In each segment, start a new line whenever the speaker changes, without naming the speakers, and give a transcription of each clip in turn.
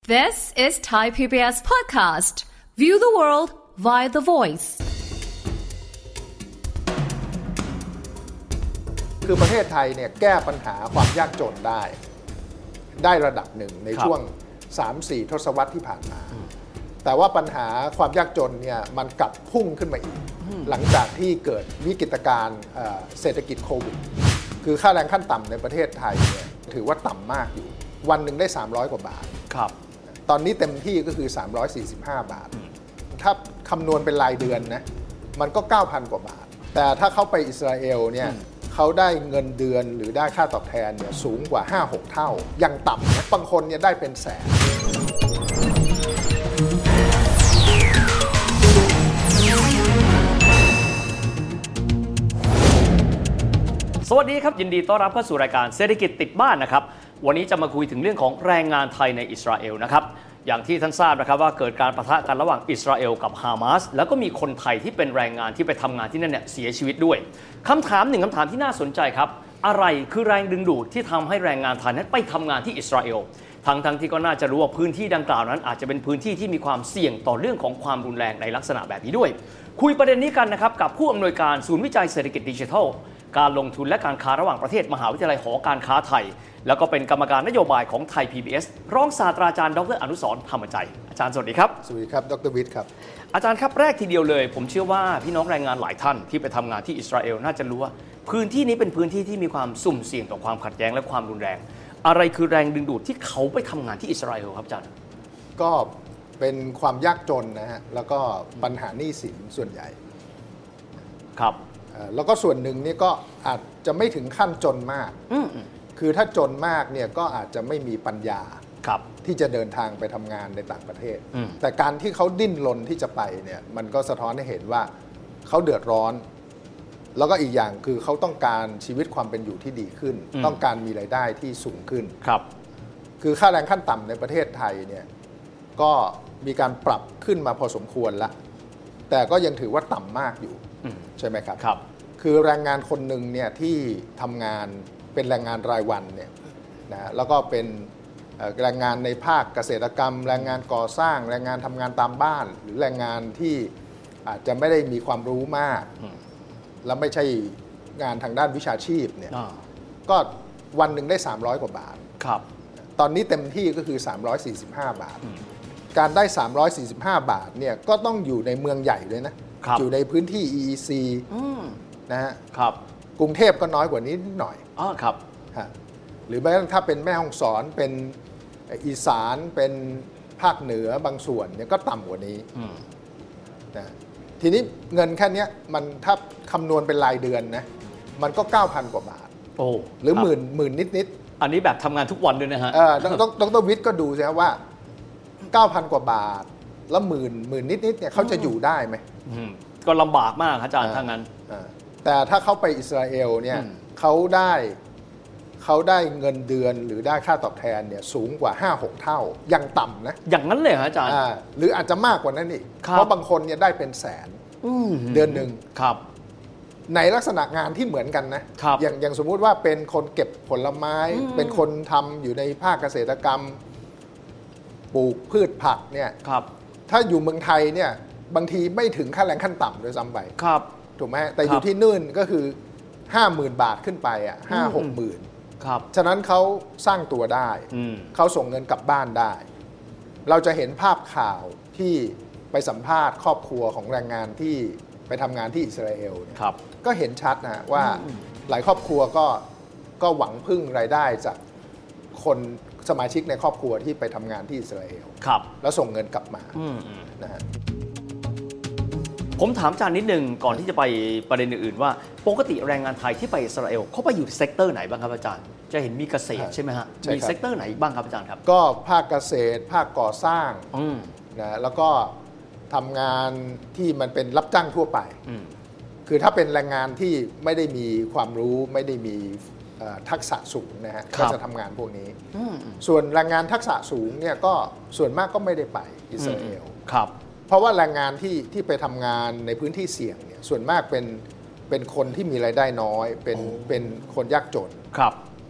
This is Thai PBS podcast. View the world via the voice.
คือประเทศไทยเนี่ยแก้ปัญหาความยากจนได้ระดับหนึ่งในช่วง 3-4 ทศวรรษที่ผ่านมาแต่ว่าปัญหาความยากจนเนี่ยมันกลับพุ่งขึ้นมาอีกหลังจากที่เกิดวิกฤตการณ์เศรษฐกิจโควิดคือค่าแรงขั้นต่ำในประเทศไทยเนี่ยถือว่าต่ำมากอยู่วันหนึ่งได้300กว่าบาท
ครับ
ตอนนี้เต็มที่ก็คือ345บาทถ้าคำนวณเป็นรายเดือนนะมันก็ 9,000 กว่าบาทแต่ถ้าเขาไปอิสราเอลเนี่ยเขาได้เงินเดือนหรือได้ค่าตอบแทนเนี่ยสูงกว่า 5-6 เท่ายังต่ำนะบางคนเนี่ยได้เป็นแสน
สวัสดีครับยินดีต้อนรับเข้าสู่รายการเศรษฐกิจติดบ้านนะครับวันนี้จะมาคุยถึงเรื่องของแรงงานไทยในอิสราเอลนะครับอย่างที่ท่านทราบนะครับว่าเกิดการปะทะกันระหว่างอิสราเอลกับฮามาสแล้วก็มีคนไทยที่เป็นแรงงานที่ไปทำงานที่นั่นเนี่ยเสียชีวิตด้วยคำถามหนึ่งคำถามที่น่าสนใจครับอะไรคือแรงดึงดูดที่ทำให้แรงงานไทยนั้นไปทำงานที่อิสราเอลทั้งที่ก็น่าจะรู้ว่าพื้นที่ดังกล่าวนั้นอาจจะเป็นพื้นที่ที่มีความเสี่ยงต่อเรื่องของความรุนแรงในลักษณะแบบนี้ด้วยคุยประเด็นนี้กันนะครับกับผู้อำนวยการศูนย์วิจัยเศรษฐกิจดิจิทัลการลงทุนและการค้าระหว่างประเทศมหาวิทยาลัยหอการค้าไทยแล้วก็เป็นกรรมการนโยบายของไทย PBS รองศาสตราจารย์ดร.อนุสรณ์ธรรมใจอาจารย์สวัสดีครับ
สวัสดีครับดร.วิทย์ครับ
อาจารย์ครับแรกทีเดียวเลยผมเชื่อว่าพี่น้องแรงงานหลายท่านที่ไปทำงานที่อิสราเอลน่าจะรู้ว่าพื้นที่นี้เป็นพื้นที่ที่มีความสุ่มเสี่ยงต่อความขัดแย้งและความรุนแรงอะไรคือแรงดึงดูดที่เขาไปทำงานที่อิสราเอลครับอาจารย์
ก็เป็นความยากจนนะฮะแล้วก็ปัญหาหนี้สินส่วนใหญ่
ครับ
แล้วก็ส่วนหนึ่งนี่ก็อาจจะไม่ถึงขั้นจนมากคือถ้าจนมากเนี่ยก็อาจจะไม่มีปัญญาที่จะเดินทางไปทำงานในต่างประเทศแต่การที่เขาดิ้นรนที่จะไปเนี่ยมันก็สะท้อนให้เห็นว่าเขาเดือดร้อนแล้วก็อีกอย่างคือเขาต้องการชีวิตความเป็นอยู่ที่ดีขึ้นต้องการมีรายได้ที่สูงขึ้นคือค่าแรงขั้นต่ำในประเทศไทยเนี่ยก็มีการปรับขึ้นมาพอสมควรแล้วแต่ก็ยังถือว่าต่ำมากอยู่ใช่ไหมครับคือแรงงานคนหนึ่งเนี่ยที่ทำงานเป็นแรงงานรายวันเนี่ยนะแล้วก็เป็นแรงงานในภาคเกษตรกรรมแรงงานก่อสร้างแรงงานทำงานตามบ้านหรือแรงงานที่อาจจะไม่ได้มีความรู้มากแล้วไม่ใช่งานทางด้านวิชาชีพเนี่ยก็วันหนึ่งได้300กว่าบาทตอนนี้เต็มที่ก็คือ345บาทการได้345บาทเนี่ยก็ต้องอยู่ในเมืองใหญ่เลยนะอยู่ในพื้นที่ EEC นะฮะกรุงเทพก็น้อยกว่านี้นิดหน่อย
ครับ
หรือแม้ถ้าเป็นแม่ฮ่องสอนเป็นอีสานเป็นภาคเหนือบางส่วนเนี่ยก็ต่ำกว่านี้นะทีนี้เงินแค่นี้มันถ้าคำนวณเป็นรายเดือนนะมันก็ 9,000 กว่าบาทหรือหมื่นนิด
อันนี้แบบทำงานทุกวันด้วยนะฮะ
ดร.วิทย์ก็ดูสิครับว่า 9,000 กว่าบาทแล้วหมื่นนิดเนี่ยเขาจะอยู่ได้ไหม
ก็ลำบากมากอาจารย์ถ้างั้น
แต่ถ้าเขาไปอิสราเอลเนี่ยเขาได้เงินเดือนหรือได้ค่าตอบแทนเนี่ยสูงกว่า 5-6 เท่ายังต่ำนะ
อย่างนั้นเลยอาจารย์
หรืออาจจะมากกว่านั้นอีกเพราะบางคนเนี่ยได้เป็นแสนเดือนหนึ่งในลักษณะงานที่เหมือนกันนะอย่างสมมุติว่าเป็นคนเก็บผลไม้เป็นคนทำอยู่ในภาคเกษตรกรรมปลูกพืชผักเนี่ยถ้าอยู่เมืองไทยเนี่ยบางทีไม่ถึงค่าแรงขั้นต่ำด้วยซ้ำไปถูกไหมแต่อยู่ที่นู่นก็คือ 50,000 บาทขึ้นไปอ่ะ 5-6 หมื่นฉะนั้นเขาสร้างตัวได้เขาส่งเงินกลับบ้านได้เราจะเห็นภาพข่าวที่ไปสัมภาษณ์ครอบครัวของแรงงานที่ไปทำงานที่อิสราเอลเนี่ยก็เห็นชัดนะว่าหลายครอบครัวก็หวังพึ่งรายได้จากคนสมาชิกในครอบครัวที่ไปทำงานที่อิสราเอลแล้วส่งเงินกลับมานะฮะ
ผมถามอาจารย์นิดนึงก่อนที่จะไปประเด็นอื่นๆว่าปกติแรงงานไทยที่ไปอิสราเอลเขาไปอยู่เซกเตอร์ไหนบ้างครับอาจารย์จะเห็นมีเกษตรใช่ไหมฮะมีเซกเตอร์ไหนบ้างครับอาจารย์ครับ
ก็ภาคเกษตรภาคก่อสร้างนะแล้วก็ทำงานที่มันเป็นรับจ้างทั่วไปคือถ้าเป็นแรงงานที่ไม่ได้มีความรู้ไม่ได้มีทักษะสูงนะฮะก็จะทำงานพวกนี้ส่วนแรงงานทักษะสูงเนี่ยก็ส่วนมากก็ไม่ได้ไปอิสราเอลเพราะว่าแรงงานที่ไปทำงานในพื้นที่เสี่ยงเนี่ยส่วนมากเป็นคนที่มีรายได้น้อยเป็นคนยากจน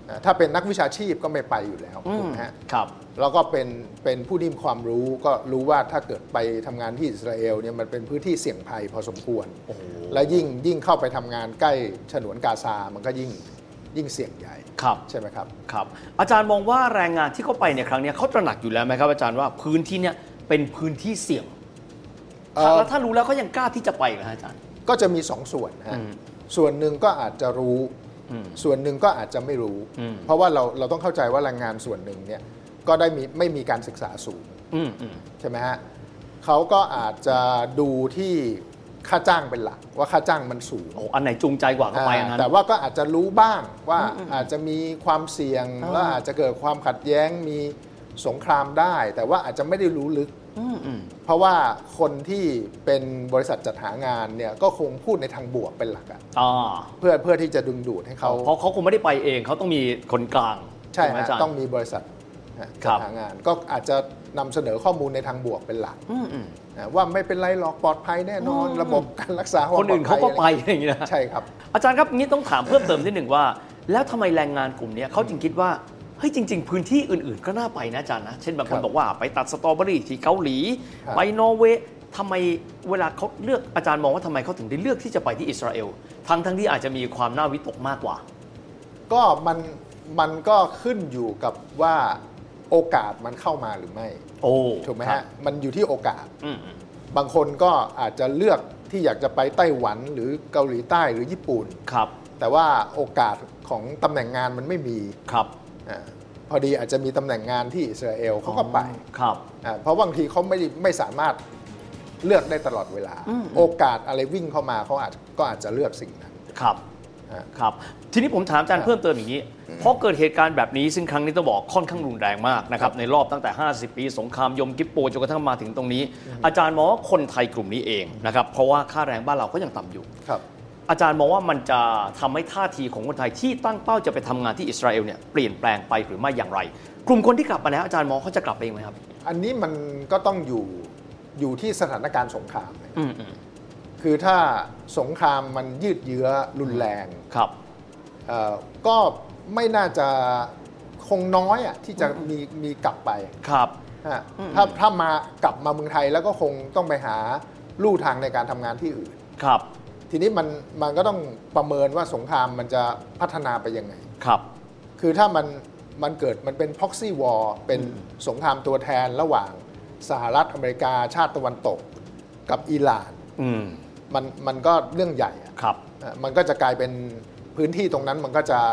ถ้าเป็นนักวิชาชีพก็ไม่ไปอยู่แล้วถูกไหมฮะ
ครับ
แล้วก็เป็นผู้ที่มีความรู้ก็รู้ว่าถ้าเกิดไปทำงานที่อิสราเอลเนี่ยมันเป็นพื้นที่เสี่ยงภัยพอสมควรและยิ่งเข้าไปทำงานใกล้ฉนวนกาซามันก็ยิ่งเสี่ยงใหญ่ใช่ไหมครับ
ครับอาจารย์มองว่าแรงงานที่เขาไปในครั้งนี้เขาตระหนักอยู่แล้วไหมครับอาจารย์ว่าพื้นที่เนี้ยเป็นพื้นที่เสี่ยงแล้วถ้ารู้แล้วเขายังกล้าที่จะไปเหรออาจารย์
ก็จะมี2 ส่วนฮะส่วนหนึ่งก็อาจจะรู้ส่วนหนึ่งก็อาจจะไม่รู้เพราะว่าเราต้องเข้าใจว่าแรงงานส่วนหนึ่งเนี่ยก็ไม่มีการศึกษาสูงใช่ไหมฮะเขาก็อาจจะดูที่ค่าจ้างเป็นหลักว่าค่าจ้างมันสูง
อันไหนจูงใจกว่าก็ไปอันนั้น
แต่ว่าก็อาจจะรู้บ้างว่าอาจจะมีความเสี่ยงและอาจจะเกิดความขัดแย้งมีสงครามได้แต่ว่าอาจจะไม่ได้รู้ลึกเพราะว่าคนที่เป็นบริษัทจัดหางานเนี่ยก็คงพูดในทางบวกเป็นหลักเพื่อที่จะดึงดูดให้เขา
เพราะเขาคงไม่ได้ไปเองเขาต้องมีคนกลาง
ใช่ต้องมีบริษัทจัดหางานก็อาจจะนำเสนอข้อมูลในทางบวกเป็นหลักว่าไม่เป็นไรหรอกปลอดภัยแน่นอนระบบการรักษา
คนอื่นเขาก็ไปอย่างนี้นะ
ใช่ครับ
อาจารย์ครับงี้ต้องถามเพิ่มเติมนิดหนึ่งว่าแล้วทำไมแรงงานกลุ่มนี้เขาจึงคิดว่าเฮ้ยจริงๆพื้นที่อื่นๆก็น่าไปนะอาจารย์นะเช่นบางคนบอกว่าไปตัดสตรอเบอรี่ที่เกาหลีไปนอร์เวย์ทำไมเวลาเขาเลือกอาจารย์มองว่าทำไมเขาถึงได้เลือกที่จะไปที่อิสราเอลทั้งที่อาจจะมีความน่าวิตกมากกว่า
ก็มันก็ขึ้นอยู่กับว่าโอกาสมันเข้ามาหรือไม่ถูกไหมฮะมันอยู่ที่โอกาสบางคนก็อาจจะเลือกที่อยากจะไปไต้หวันหรือเกาหลีใต้หรือญี่ปุ่นแต่ว่าโอกาสของตำแหน่งงานมันไม่มีพอดีอาจจะมีตำแหน่งงานที่อิสราเอลเขาก็ไปเพราะบางทีเขาไม่สามารถเลือกได้ตลอดเวลาโอกาสอะไรวิ่งเข้ามาเขาก็อาจจะเลือกสิ่งนั้น
ครับทีนี้ผมถามอาจารย์เพิ่มเติมอย่างนี้เพราะเกิดเหตุการณ์แบบนี้ซึ่งครั้งนี้ต้องบอกค่อนข้างรุนแรงมากนะครับในรอบตั้งแต่50ปีสงครามยมกิปโปจนกระทั่งมาถึงตรงนี้อาจารย์มองว่าคนไทยกลุ่มนี้เองนะครับเพราะว่าค่าแรงบ้านเราก็ยังต่ำอยู่อาจารย์มองว่ามันจะทำให้ท่าทีของคนไทยที่ตั้งเป้าจะไปทำงานที่อิสราเอลเนี่ยเปลี่ยนแปลงไปหรือไม่อย่างไรกลุ่มคนที่กลับมาแล้วอาจารย์มองเขาจะกลับไปเองไหมครับ
อันนี้มันก็ต้องอยู่ที่สถานการณ์สงครามคือถ้าสงครามมันยืดเยื้อรุนแรงก็ไม่น่าจะคงน้อยที่จะมีกลับไปถ้ามากลับมาเมืองไทยแล้วก็คงต้องไปหาลู่ทางในการทำงานที่อื่นทีนี้มันก็ต้องประเมินว่าสงครามมันจะพัฒนาไปยังไงคือถ้ามันเกิดมันเป็น proxy war เป็นสงครามตัวแทนระหว่างสหรัฐอเมริกาชาติตะวันตกกับอิหร่านมันก็เรื่องใหญ่มันก็จะกลายเป็นพื้นที่ตรงนั้นมันก็จะ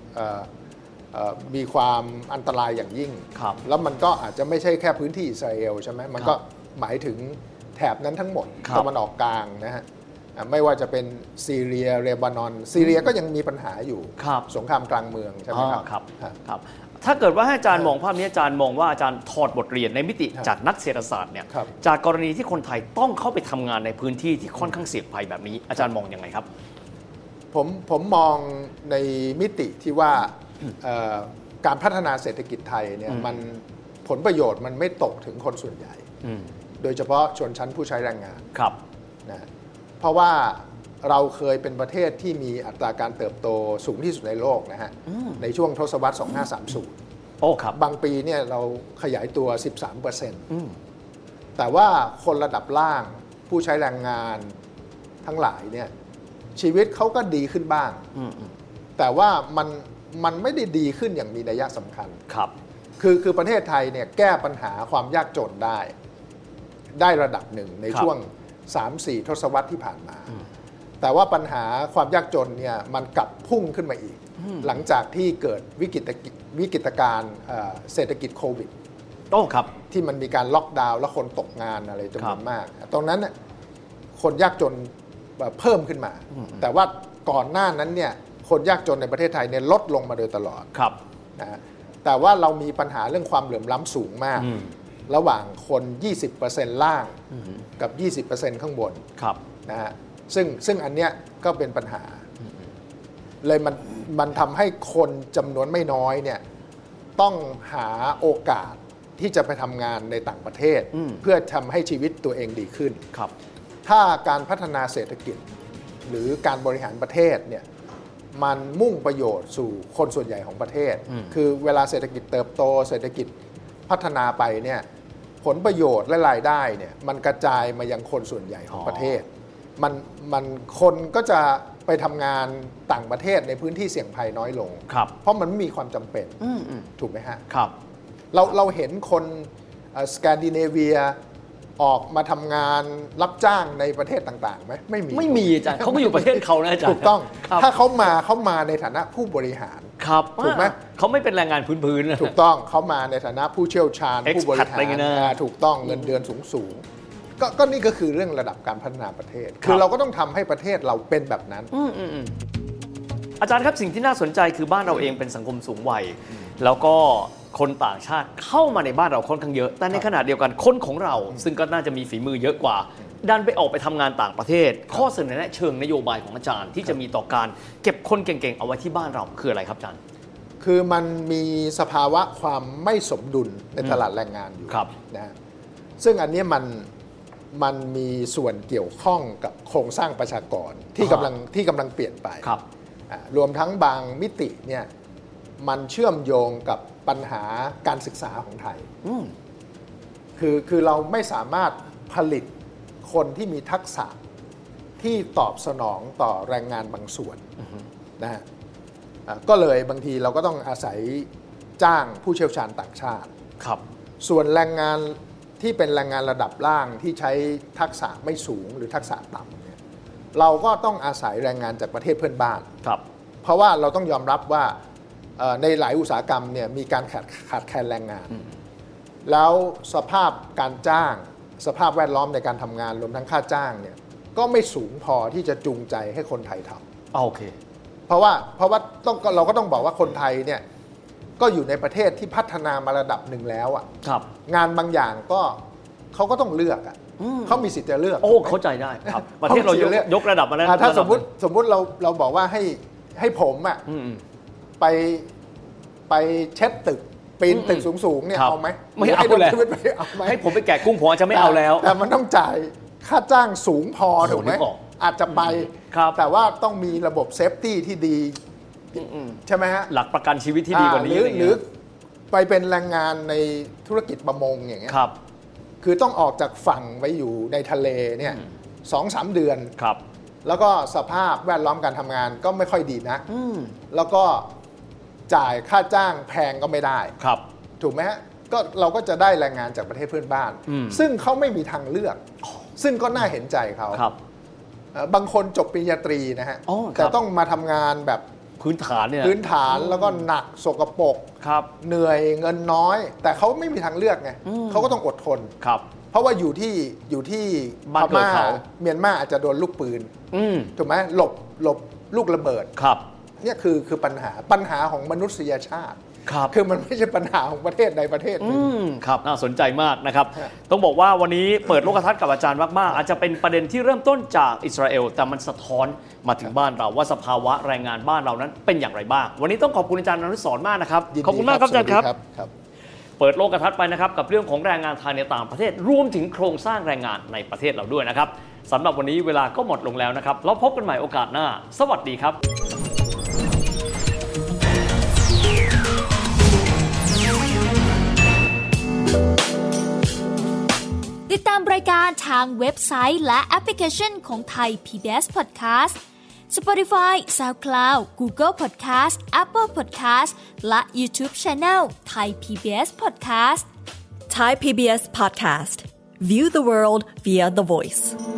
มีความอันตรายอย่างยิ่งแล้วมันก็อาจจะไม่ใช่แค่พื้นที่อิสราเอลใช่ไหมมันก็หมายถึงแถบนั้นทั้งหมดตะวันออกกลางนะฮะไม่ว่าจะเป็นซีเรียเลบานอนซีเรียก็ยังมีปัญหาอยู่สงครามกลางเมืองใช่ไหม
ครับถ้าเกิดว่าให้อาจารย์มองภาพนี้อาจารย์มองว่าอาจารย์ถอดบทเรียนในมิติจากนักเศรษฐศาสตร์เนี่ยจากกรณีที่คนไทยต้องเข้าไปทำงานในพื้นที่ที่ค่อนข้างเสี่ยงภัยแบบนี้อาจารย์มองยังไงครับ
ผมมองในมิติที่ว่าการพัฒนาเศรษฐกิจไทยเนี่ยมันผลประโยชน์มันไม่ตกถึงคนส่วนใหญ่โดยเฉพาะชนชั้นผู้ใช้แรงงานนะเพราะว่าเราเคยเป็นประเทศที่มีอัตราการเติบโตสูงที่สุดในโลกนะฮะในช่วงทศวรรษ 2530
ครับ
บางปีเนี่ยเราขยายตัว 13%แต่ว่าคนระดับล่างผู้ใช้แรงงานทั้งหลายเนี่ยชีวิตเขาก็ดีขึ้นบ้างแต่ว่ามันไม่ได้ดีขึ้นอย่างมีนัยสำคัญคือประเทศไทยเนี่ยแก้ปัญหาความยากจนได้ระดับหนึ่งในช่วง 3-4 ทศวรรษที่ผ่านมาแต่ว่าปัญหาความยากจนเนี่ยมันกลับพุ่งขึ้นมาอีกหลังจากที่เกิดวิกฤตการณ์เศรษฐกิจโควิด
ครับ
ที่มันมีการล็อกดาวน์และคนตกงานอะไรจำนวนมากตรงนั้นคนยากจนเพิ่มขึ้นมาแต่ว่าก่อนหน้านั้นเนี่ยคนยากจนในประเทศไทยเนี่ยลดลงมาโดยตลอดนะแต่ว่าเรามีปัญหาเรื่องความเหลื่อมล้ำสูงมากระหว่างคน 20% ล่างกับ 20% ข้างบนนะฮะซึ่งอันเนี้ยก็เป็นปัญหาเลยมันทำให้คนจำนวนไม่น้อยเนี่ยต้องหาโอกาสที่จะไปทำงานในต่างประเทศเพื่อทำให้ชีวิตตัวเองดีขึ้นถ้าการพัฒนาเศรษฐกิจหรือการบริหารประเทศเนี่ยมันมุ่งประโยชน์สู่คนส่วนใหญ่ของประเทศคือเวลาเศรษฐกิจเติบโตเศรษฐกิจพัฒนาไปเนี่ยผลประโยชน์และรายได้เนี่ยมันกระจายมายังคนส่วนใหญ่ของประเทศมันคนก็จะไปทำงานต่างประเทศในพื้นที่เสี่ยงภัยน้อยลงเพราะมันไม่มีความจำเป็นถูกไหมฮะ
ครับ
เราเห็นคนสแกนดิเนเวียออกมาทำงานรับจ้างในประเทศต่างๆไหมไม่
มีอาจารย์เขาก็อยู่ประเทศเขานะอาจารย์
ถูกต้องถ้าเขามาในฐานะผู้บริหารถูกไหม
เขาไม่เป็นแรงงานพื้น
ๆถูกต้องเขามาในฐานะผู้เชี่ยวชาญผู้บริหารถูกต้องเงินเดือนสูงก็นี่ก็คือเรื่องระดับการพัฒนาประเทศคือเราก็ต้องทำให้ประเทศเราเป็นแบบนั้น
อาจารย์ครับสิ่งที่น่าสนใจคือบ้านเราเองเป็นสังคมสูงวัยแล้วก็คนต่างชาติเข้ามาในบ้านเราค่อนข้างเยอะแต่ในขณะเดียวกันคนของเราซึ่งก็น่าจะมีฝีมือเยอะกว่าดันไปออกไปทำงานต่างประเทศข้อเสนอแนะเชิงนโยบายของอาจารย์ที่จะมีต่อการเก็บคนเก่งๆเอาไว้ที่บ้านเราคืออะไรครับอาจารย์
คือมันมีสภาวะความไม่สมดุลในตลาดแรงงานอยู่นะซึ่งอันนี้มันมีส่วนเกี่ยวข้องกับโครงสร้างประชากรที่กำลังเปลี่ยนไปรวมทั้งบางมิติเนี่ยมันเชื่อมโยงกับปัญหาการศึกษาของไทยคือเราไม่สามารถผลิตคนที่มีทักษะที่ตอบสนองต่อแรงงานบางส่วนนะฮะก็เลยบางทีเราก็ต้องอาศัยจ้างผู้เชี่ยวชาญต่างชาติส่วนแรงงานที่เป็นแรงงานระดับล่างที่ใช้ทักษะไม่สูงหรือทักษะต่ำเนี่ยเราก็ต้องอาศัยแรงงานจากประเทศเพื่อนบ้านเพราะว่าเราต้องยอมรับว่าในหลายอุตสาหกรรมเนี่ยมีการขาดแคลนแรงงานแล้วสภาพการจ้างสภาพแวดล้อมในการทำงานรวมทั้งค่าจ้างเนี่ยก็ไม่สูงพอที่จะจูงใจให้คนไทยท
ำโอเค
เพราะว่าเราก็ต้องบอกว่าคนไทยเนี่ยก็อยู่ในประเทศที่พัฒนามาระดับหนึ่งแล้วอ่ะงานบางอย่างก็เขาก็ต้องเลือกอ่ะเขามีสิทธิ์จะเลือก
เข้าใจได้ครับประเทศเรายกระดับมาแล้ว
ถ้าสมมติเราบอกว่าให้ผมอ่ะไปเช็ดตึกปีนตึกสูงๆเนี่ยเอาไหม
ไม่เอาแล้วให้ผมไปแกะกุ้งผมจะไม่เอาแล้ว
แต่มันต้องจ่ายค่าจ้างสูงพอถูกไหมอาจจะไปแต่ว่าต้องมีระบบเซฟตี้ที่ดีใช่ไหมฮะ
หลักประกันชีวิตที่ดีกว่านี้
หรือไปเป็นแรงงานในธุรกิจประมงอย่างเงี้ยคือต้องออกจากฝั่งไปอยู่ในทะเลเนี่ย 2-3 เดือนแล้วก็สภาพแวดล้อมการทำงานก็ไม่ค่อยดีนะแล้วก็จ่ายค่าจ้างแพงก็ไม่ได้ถูกไหมฮะก็เราก็จะได้แรงงานจากประเทศเพื่อนบ้านซึ่งเขาไม่มีทางเลือกซึ่งก็น่าเห็นใจเขาบางคนจบปริญญาตรีนะฮะแต่ต้องมาทำงานแบบ
พื้นฐาน
แล้วก็หนักสกปรกเหนื่อยเงินน้อยแต่เขาไม่มีทางเลือกไงเขาก็ต้องอดทนเพราะว่าอยู่ที่พม่าเมียนมาอาจจะโดนลูกปืนถูกไหมหลบลูกระเบิดเนี่ยคือปัญหาของมนุษยชาติคือมันไม่ใช่ปัญหาของประเทศใดประเทศหนึ่ง
ครับน่าสนใจมากนะครับต้องบอกว่าวันนี้เปิดโลกทัศน์กับอาจารย์มากๆอาจจะเป็นประเด็นที่เริ่มต้นจากอิสราเอลแต่มันสะท้อนมาถึงบ้านเราว่าสภาวะแรงงานบ้านเรานั้นเป็นอย่างไรบ้างวันนี้ต้องขอบคุณอาจารย์อนุสรณ์มากนะครับขอบคุณมากครับอาจารย์ครับเปิดโลกทัศน์ไปนะครับกับเรื่องของแรงงานไทยในต่างประเทศรวมถึงโครงสร้างแรงงานในประเทศเราด้วยนะครับสำหรับวันนี้เวลาก็หมดลงแล้วนะครับแล้วพบกันใหม่โอกาสหน้าสวัสดีครับ
ติดตามรายการทางเว็บไซต์และแอปพลิเคชันของไทย PBS Podcast Spotify SoundCloud Google Podcast Apple Podcast และ YouTube Channel Thai PBS Podcast
Thai PBS Podcast View the world via the voice